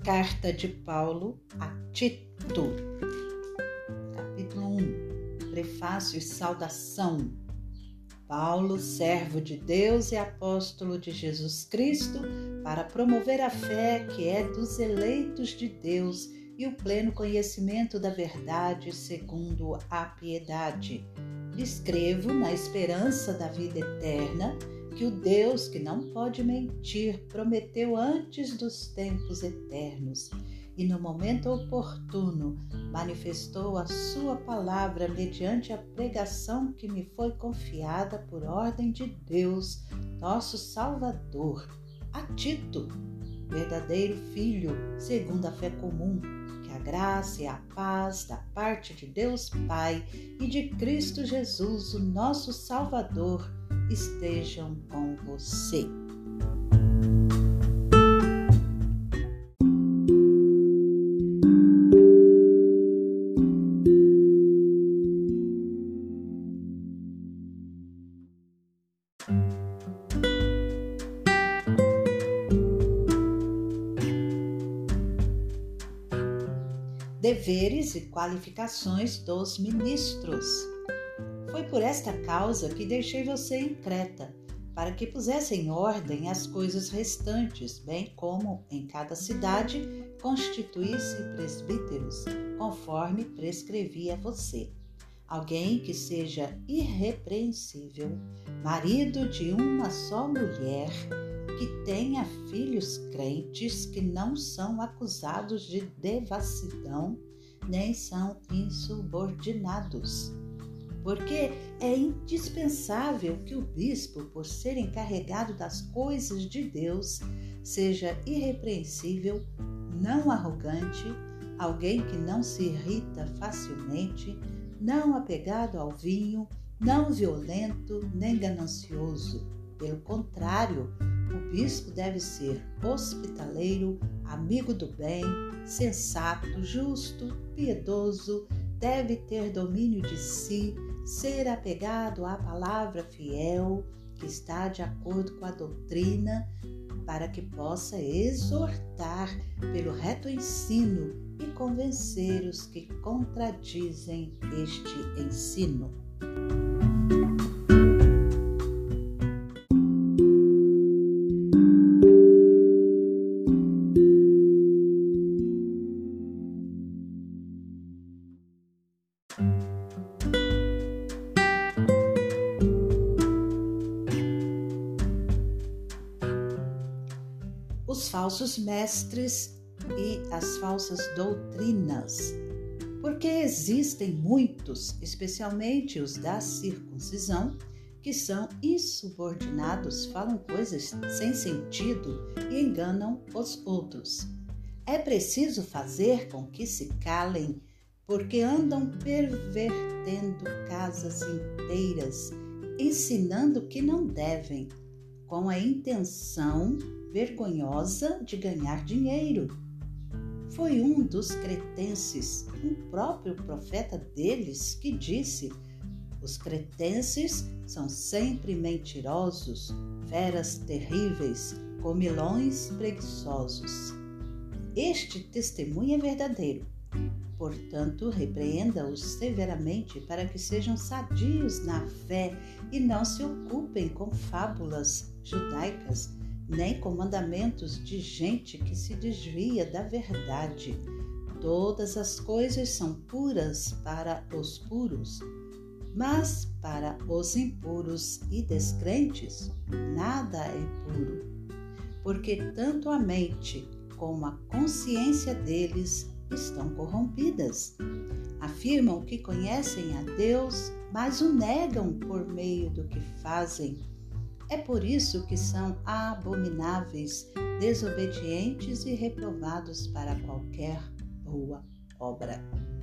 Carta de Paulo a Tito, capítulo 1, Prefácio e Saudação. Paulo, servo de Deus e apóstolo de Jesus Cristo, para promover a fé que é dos eleitos de Deus e o pleno conhecimento da verdade segundo a piedade. Escrevo na esperança da vida eterna, que o Deus que não pode mentir prometeu antes dos tempos eternos e no momento oportuno manifestou a sua palavra mediante a pregação que me foi confiada por ordem de Deus, nosso Salvador, a Tito, verdadeiro filho, segundo a fé comum. Que a graça e a paz da parte de Deus Pai e de Cristo Jesus, o nosso Salvador, estejam com você. Deveres e qualificações dos ministros. Foi por esta causa que deixei você em Creta, para que pusesse em ordem as coisas restantes, bem como em cada cidade constituísse presbíteros, conforme prescrevi a você. Alguém que seja irrepreensível, marido de uma só mulher, que tenha filhos crentes que não são acusados de devassidão, nem são insubordinados. Porque é indispensável que o bispo, por ser encarregado das coisas de Deus, seja irrepreensível, não arrogante, alguém que não se irrita facilmente, não apegado ao vinho, não violento nem ganancioso. Pelo contrário, o bispo deve ser hospitaleiro, amigo do bem, sensato, justo, piedoso, deve ter domínio de si, ser apegado à palavra fiel, que está de acordo com a doutrina, para que possa exortar pelo reto ensino e convencer os que contradizem este ensino. Os falsos mestres e as falsas doutrinas. Porque existem muitos, especialmente os da circuncisão, que são insubordinados, falam coisas sem sentido e enganam os outros. É preciso fazer com que se calem, porque andam pervertendo casas inteiras, ensinando que não devem, com a intenção vergonhosa de ganhar dinheiro. Foi um dos cretenses, um próprio profeta deles, que disse: os cretenses são sempre mentirosos, feras terríveis, comilões preguiçosos. Este testemunho é verdadeiro. Portanto, repreenda-os severamente para que sejam sadios na fé e não se ocupem com fábulas judaicas, nem com mandamentos de gente que se desvia da verdade. Todas as coisas são puras para os puros, mas para os impuros e descrentes, nada é puro, porque tanto a mente como a consciência deles estão corrompidas. Afirmam que conhecem a Deus, mas o negam por meio do que fazem. É por isso que são abomináveis, desobedientes e reprovados para qualquer boa obra.